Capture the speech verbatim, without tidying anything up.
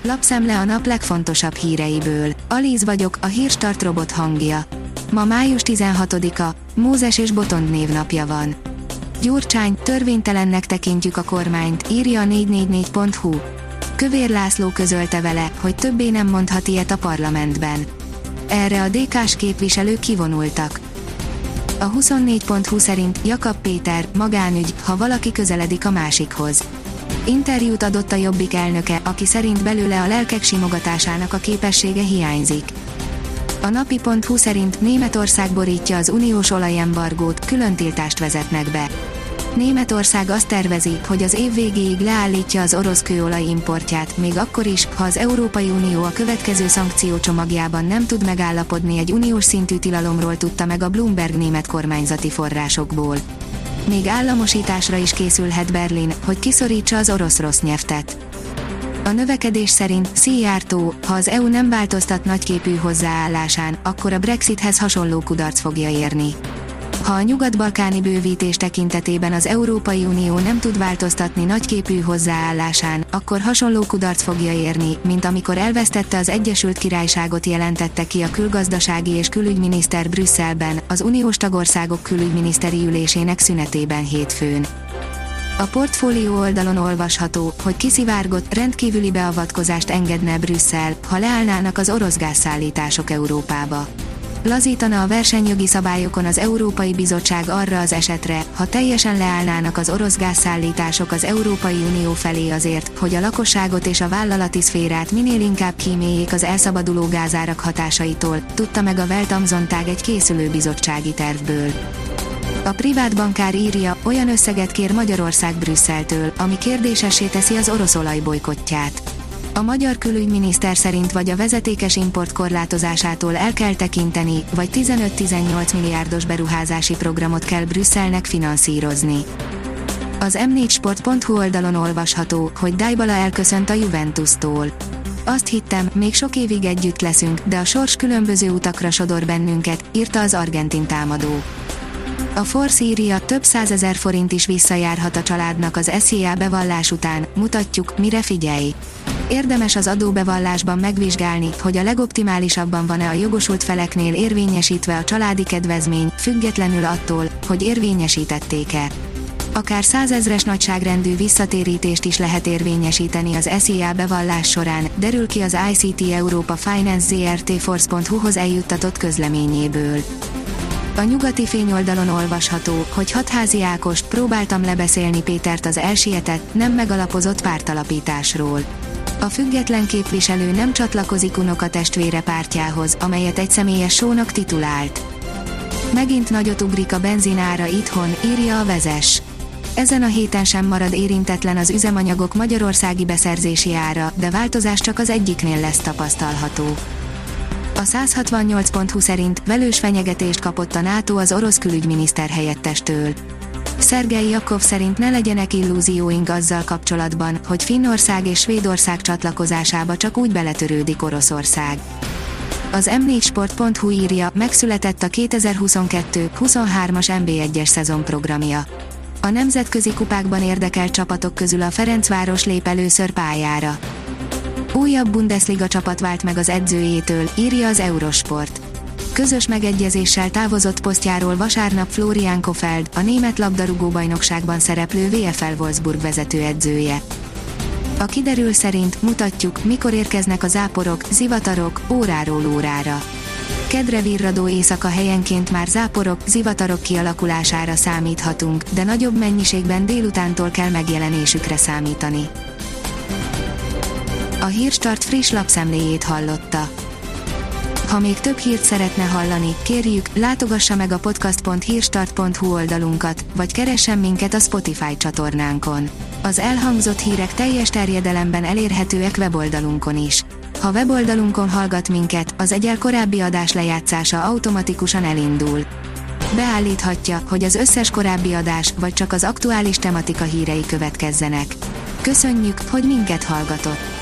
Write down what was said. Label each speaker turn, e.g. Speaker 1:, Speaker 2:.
Speaker 1: Lapszemle a nap legfontosabb híreiből. Alíz vagyok, a Hírstart robot hangja. Ma május tizenhatodika, Mózes és Botond névnapja van. Gyurcsány, törvénytelennek tekintjük a kormányt, írja a négy négy négy pont hu. Kövér László közölte vele, hogy többé nem mondhat ilyet a parlamentben. Erre a dé ká-s képviselők kivonultak. A huszonnégy pont hu szerint Jakab Péter, magánügy, ha valaki közeledik a másikhoz. Interjút adott a Jobbik elnöke, aki szerint belőle a lelkek simogatásának a képessége hiányzik. A napi pont hu szerint Németország borítja az uniós olajembargót, különtiltást vezetnek be. Németország azt tervezi, hogy az év végéig leállítja az orosz kőolaj importját, még akkor is, ha az Európai Unió a következő szankciócsomagjában nem tud megállapodni egy uniós szintű tilalomról, tudta meg a Bloomberg német kormányzati forrásokból. Még államosításra is készülhet Berlin, hogy kiszorítsa az orosz Rosneftet. A növekedés szerint Szijjártó, ha az é u nem változtat nagyképű hozzáállásán, akkor a Brexithez hasonló kudarc fogja érni. Ha a nyugat-balkáni bővítés tekintetében az Európai Unió nem tud változtatni nagyképű hozzáállásán, akkor hasonló kudarc fogja érni, mint amikor elvesztette az Egyesült Királyságot, jelentette ki a külgazdasági és külügyminiszter Brüsszelben, az uniós tagországok külügyminiszteri ülésének szünetében hétfőn. A portfólió oldalon olvasható, hogy kiszivárgott, rendkívüli beavatkozást engedne Brüsszel, ha leállnának az orosz gázszállítások Európába. Lazítana a versenyjogi szabályokon az Európai Bizottság arra az esetre, ha teljesen leállnának az orosz gázszállítások az Európai Unió felé azért, hogy a lakosságot és a vállalati szférát minél inkább kíméljék az elszabaduló gázárak hatásaitól, tudta meg a Welt am Sonntag egy készülő bizottsági tervből. A privát bankár írja, olyan összeget kér Magyarország Brüsszeltől, ami kérdésessé teszi az orosz olaj bojkottját. A magyar külügyminiszter szerint vagy a vezetékes import korlátozásától el kell tekinteni, vagy tizenöt-tizennyolc milliárdos beruházási programot kell Brüsszelnek finanszírozni. Az em négy sport pont hu oldalon olvasható, hogy Dybala elköszönt a Juventustól. Azt hittem, még sok évig együtt leszünk, de a sors különböző utakra sodor bennünket, írta az argentin támadó. A Force írja, több százezer forint is visszajárhat a családnak az es zé á bevallás után, mutatjuk, mire figyelj. Érdemes az adóbevallásban megvizsgálni, hogy a legoptimálisabban van-e a jogosult feleknél érvényesítve a családi kedvezmény, függetlenül attól, hogy érvényesítették-e. Akár százezres nagyságrendű visszatérítést is lehet érvényesíteni az es zé á bevallás során, derül ki az i cé té Európa Finance zé er té Force pont hu-hoz eljuttatott közleményéből. A nyugati fényoldalon olvasható, hogy Hatházi Ákos, próbáltam lebeszélni Pétert az elsietett, nem megalapozott pártalapításról. A független képviselő nem csatlakozik unokatestvére pártjához, amelyet egy személyes show-nak titulált. Megint nagyot ugrik a benzinára itthon, írja a Vezes. Ezen a héten sem marad érintetlen az üzemanyagok magyarországi beszerzési ára, de változás csak az egyiknél lesz tapasztalható. A száz hatvannyolc pont hu szerint velős fenyegetést kapott a NATO az orosz külügyminiszter helyettestől. Szergej Jakov szerint ne legyenek illúzióink azzal kapcsolatban, hogy Finnország és Svédország csatlakozásába csak úgy beletörődik Oroszország. Az em négy sport pont hu írja, megszületett a kétezer-huszonkettő huszonhármas en bé egyes szezonprogramja. A nemzetközi kupákban érdekelt csapatok közül a Ferencváros lép először pályára. Újabb Bundesliga csapat vált meg az edzőjétől, írja az Eurosport. Közös megegyezéssel távozott posztjáról vasárnap Florian Kofeld, a német labdarúgó-bajnokságban szereplő vé ef el Wolfsburg vezetőedzője. A kiderül szerint mutatjuk, mikor érkeznek a záporok, zivatarok, óráról órára. Kedre virradó éjszaka helyenként már záporok, zivatarok kialakulására számíthatunk, de nagyobb mennyiségben délutántól kell megjelenésükre számítani. A Hírstart friss lapszemléjét hallotta. Ha még több hírt szeretne hallani, kérjük, látogassa meg a podcast pont hírstart pont hu oldalunkat, vagy keressen minket a Spotify csatornánkon. Az elhangzott hírek teljes terjedelemben elérhetőek weboldalunkon is. Ha weboldalunkon hallgat minket, az egyel korábbi adás lejátszása automatikusan elindul. Beállíthatja, hogy az összes korábbi adás, vagy csak az aktuális tematika hírei következzenek. Köszönjük, hogy minket hallgatott!